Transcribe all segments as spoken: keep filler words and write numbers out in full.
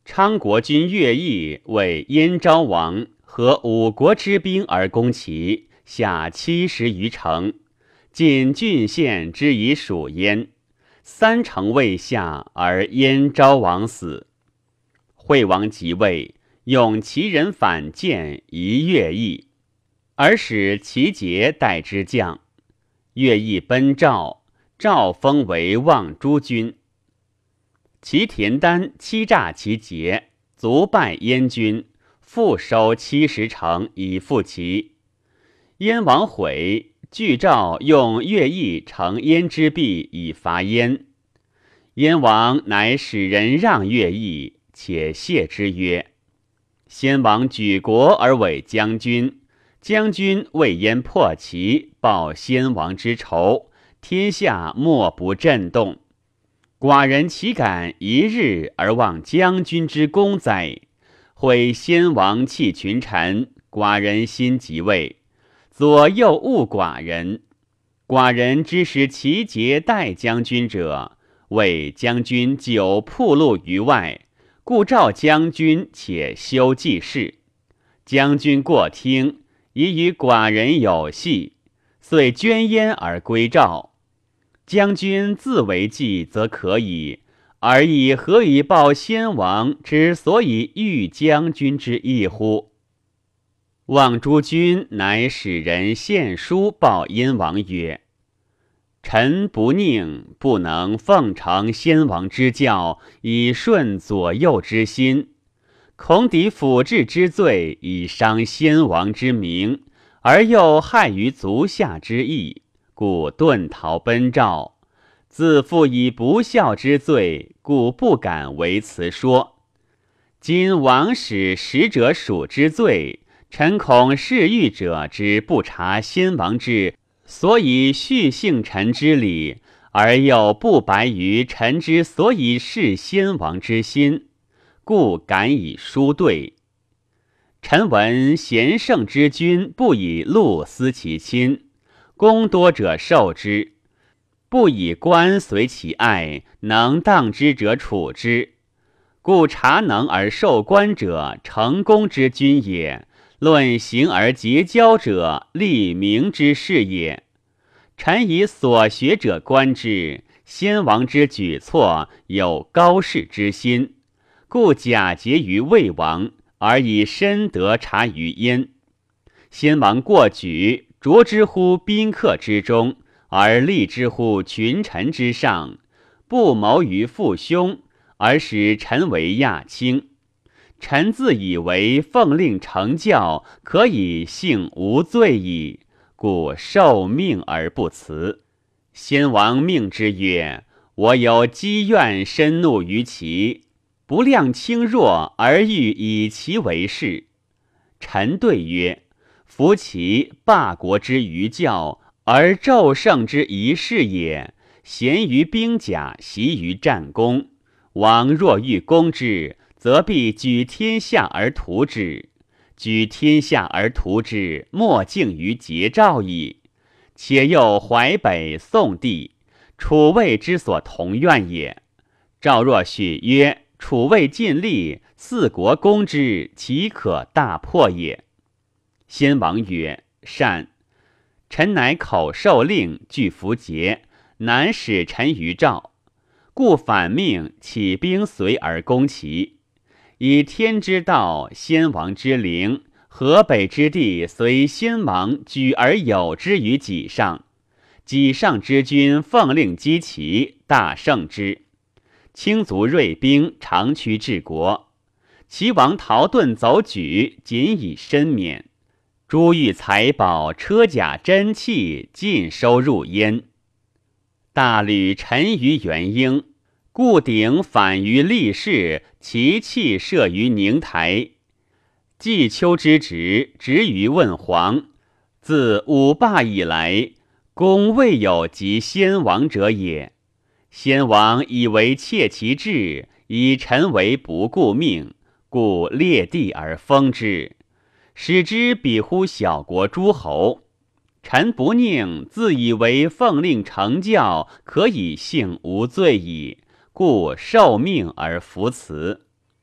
昌国君乐毅为燕昭王和五国之兵而攻其，下七十余城，尽郡县之以属燕。三城未下，而燕昭王死。惠王即位，用其人反间，疑乐毅，而使齐节代之将。乐毅奔赵，赵封为望诸军。齐田单欺诈其节，卒败燕军，复收七十城以复齐。燕王悔，据诏用乐毅乘燕之弊以伐燕。燕王乃使人让乐毅，且谢之曰：先王举国而委将军，将军为燕破齐，报先王之仇，天下莫不震动。寡人岂敢一日而忘将军之功哉？毁先王弃群臣，寡人心即位，左右误寡人。寡人指使齐节代将军者，为将军久暴露于外，故召将军且修济事。将军过听，已与寡人有隙，遂捐燕而归赵。将军自为计则可以，而以何以报先王之所以遇将军之意乎？望诸君乃使人献书报燕王曰：臣不佞，不能奉承先王之教，以顺左右之心，恐抵辅治之罪，以伤先王之名，而又害于足下之义，故遁逃奔赵。自负以不孝之罪，故不敢为辞说。今王使使者属之罪，臣恐侍御者之不察先王之所以续幸臣之礼，而又不白于臣之所以事先王之心，故敢以书对。臣闻贤圣之君不以禄思其亲，功多者受之，不以官随其爱，能当之者处之。故察能而受官者，成功之君也；论行而结交者，立名之士也。臣以所学者观之，先王之举措有高士之心，故假节于魏王，而以深德察于燕。先王过举，着之乎宾客之中，而立之乎群臣之上，不谋于父兄，而使臣为亚卿。臣自以为奉令成教，可以幸无罪矣，故受命而不辞。先王命之曰：我有积怨深怒于其，不量轻弱，而欲以其为事。臣对曰：夫其霸国之余教，而纣胜之一事也。贤于兵甲，习于战功。王若欲攻之，则必举天下而图之。举天下而图之，莫敬于桀纣矣。且又淮北、宋地，楚魏之所同愿也。赵若许曰：楚魏尽力，四国攻之，岂可大破也？先王曰：善。臣乃口授令，具符节，难使臣于赵，故反命起兵随而攻齐。以天之道，先王之灵，河北之地随先王举而有之于己上。己上之君奉令击齐，大胜之。轻卒锐兵，长驱治国。齐王逃遁走举，仅以身免。珠玉财宝、车甲珍器尽收入燕。大吕沉于元婴，故鼎反于立氏，其器设于宁台。季秋之职，职于问黄。自五霸以来，公未有及先王者也。先王以为窃其志，以臣为不顾命，故列地而封之，使之比乎小国诸侯。臣不佞，自以为奉令成教，可以幸无罪矣，故受命而服辞。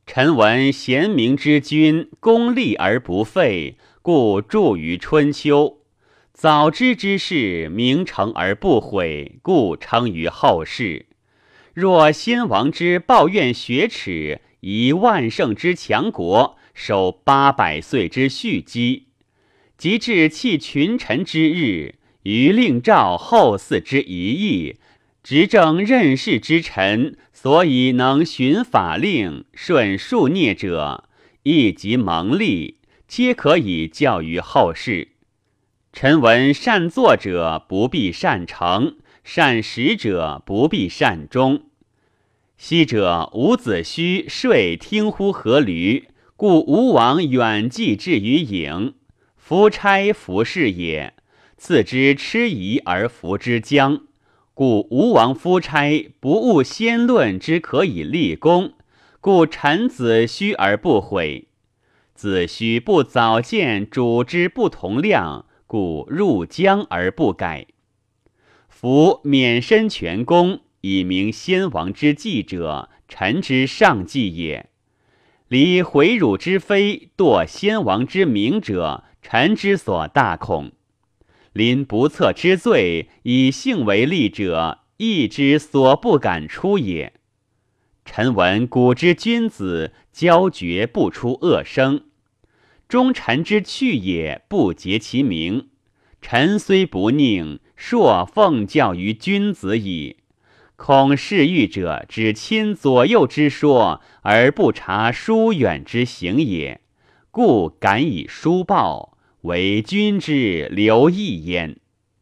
臣闻贤明之君，功利而不废，故著于春秋；早知之事，明诚而不悔，故称于后世。若先王之抱怨雪耻，以万乘之强国，守八百岁之蓄积，及至弃群臣之日，于令召后嗣之一役，执政任事之臣，所以能循法令，顺庶孽者，亦即蒙利，皆可以教于后世。臣闻善作者不必善成，善始者不必善终。昔者伍子胥说听乎阖闾，故吴王远寄至于郢，夫差服侍也，赐之吃夷而服之姜。故吴王夫差不务先论之可以立功，故臣子胥而不悔。子胥不早见主之不同量，故入疆而不改。夫免身全功，以明先王之计者，臣之上计也；离回辱之非，堕先王之名者，臣之所大恐。临不测之罪，以性为利者，亦之所不敢出也。臣闻古之君子，交绝不出恶声，忠臣之去也，不结其名。臣虽不佞，硕奉教于君子矣。恐侍御者只亲左右之说，而不察疏远之行也，故敢以书报，为君之留意焉。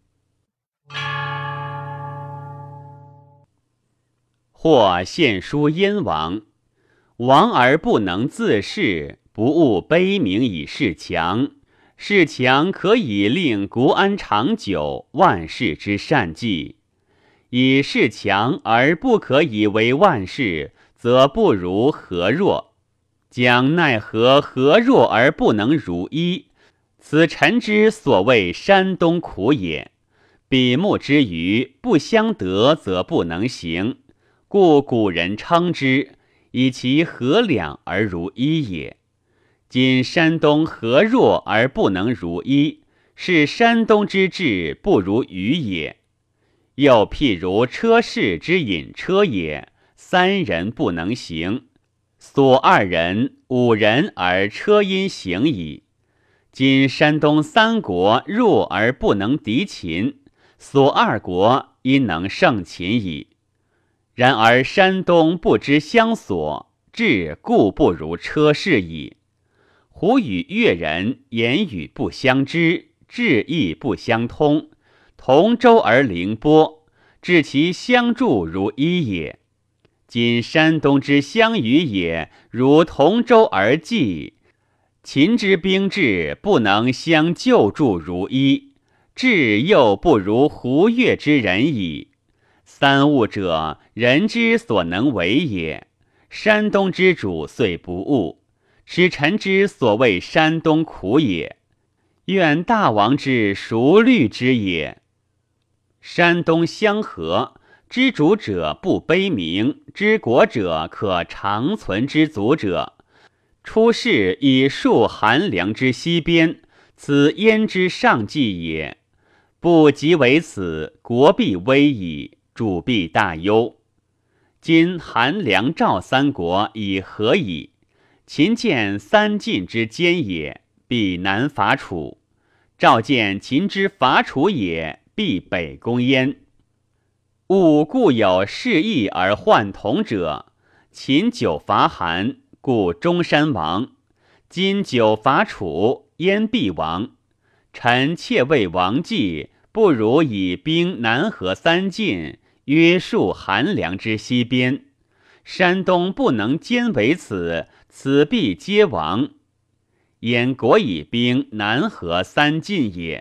或献书燕王，王而不能自恃，不务卑名以示强，示强可以令国安长久，万世之善计。以示强而不可以为万世，则不如何弱。将奈何何弱而不能如一？此臣之所谓山东苦也。比目之余，不相得则不能行，故古人称之，以其何两而如一也。今山东何弱而不能如一？是山东之志不如虞也。又譬如车士之引车也，三人不能行，所二人、五人而车因行矣。今山东三国弱而不能敌秦，所二国因能胜秦矣。然而山东不知相所，志故不如车士矣。胡与越人言语不相知，志意不相通，同舟而凌波，致其相助如一也。今山东之相与也，如同舟而济，秦之兵制不能相救助如一，志又不如胡越之人矣。三物者，人之所能为也。山东之主虽不悟，使臣之所谓山东苦也。愿大王之孰虑之也？山东相和，知主者不卑名，知国者可长存之足者，出仕以戍韩梁之西边，此燕之上计也。不及为此，国必危矣，主必大忧。今韩梁赵三国已和矣，秦见三晋之坚也，必南伐楚；赵见秦之伐楚也，必北攻燕。吾故有示意而患同者，秦久伐韩，故中山亡；今久伐楚，燕必亡。臣妾为王计，不如以兵南河三晋，约束韩梁之西边。山东不能兼为此，此必皆亡。燕国以兵南河三晋也。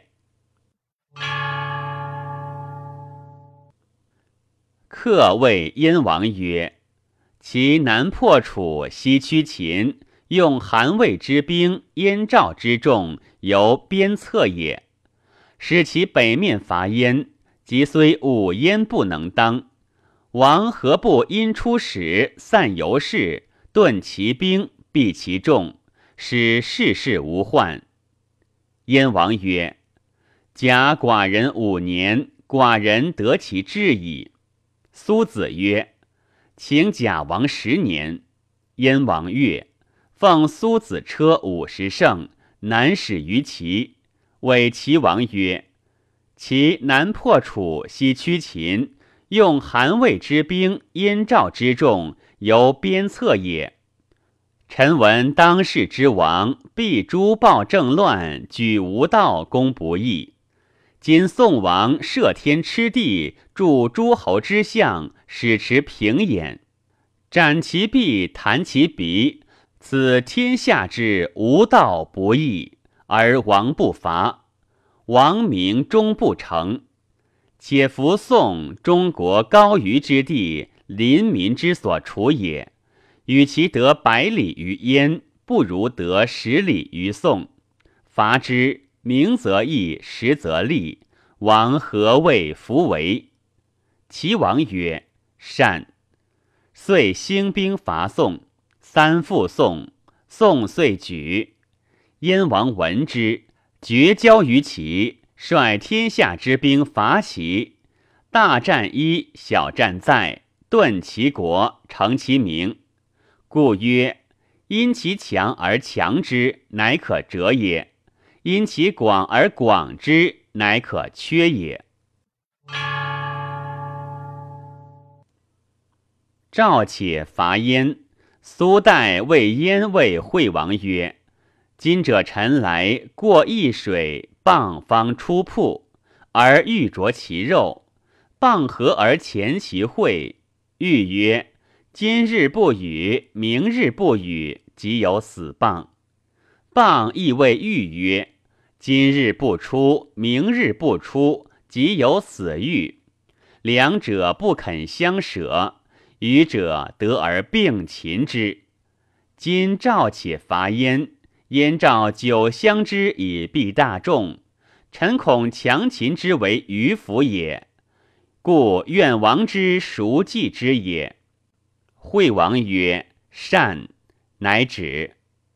客谓燕王曰：其南破楚，西驱秦，用韩魏之兵，燕赵之众，由边策也。使其北面伐燕，即虽五燕不能当，王何不因出使，散游士， 顿其兵，避其众，使事事无患。燕王曰：假寡人五年，寡人得其志矣。苏子曰：请假王十年。燕王悦，奉苏子车五十乘，南使于齐。谓齐王曰：其南破楚，西驱秦，用韩魏之兵，燕赵之众，由边策也。臣闻当世之王，必诛暴政乱，举无道，攻不义。今宋王摄天吃地，助诸侯之相，使持平衍，斩其臂，弹其鼻，此天下之无道不义，而王不伐，王名终不成。且夫宋，中国高于之地，邻民之所处也。与其得百里于燕，不如得十里于宋。伐之，名则易，实则利，王何谓弗为？齐王曰：善。遂兴兵伐宋，三复宋，宋遂举。燕王闻之，绝交于齐，率天下之兵伐齐。大战一，小战在，顿其国，成其名。故曰：因其强而强之，乃可折也；因其广而广之，乃可缺也。赵且伐燕。苏代谓燕魏惠王曰：今者臣来，过易水，蚌方出瀑，而欲啄其肉，蚌合而钳其喙。欲曰：今日不雨，明日不雨，即有死蚌。蚌亦谓玉曰：今日不出，明日不出，即有死玉。两者不肯相舍，愚者得而并擒之。今赵且伐燕，燕赵久相之以避大众，臣恐强秦之为迂腐也，故愿王之孰计之也。惠王曰：善，乃止。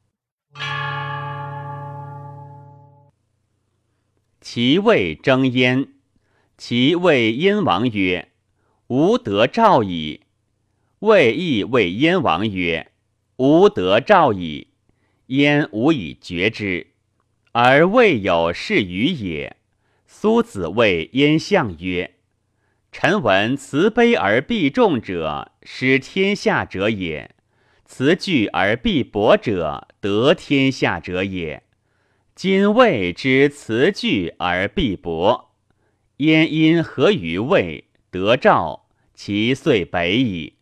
齐魏争燕。齐谓燕王曰：吾得赵矣。魏亦谓燕王曰：吾得赵矣。燕无以决之，而魏有是虞也。苏子谓燕相曰：臣闻辞卑而避众者，失天下者也；辞惧而避薄者，得天下者也。今魏之辞惧而避薄，燕因何于魏，得赵，其遂北矣。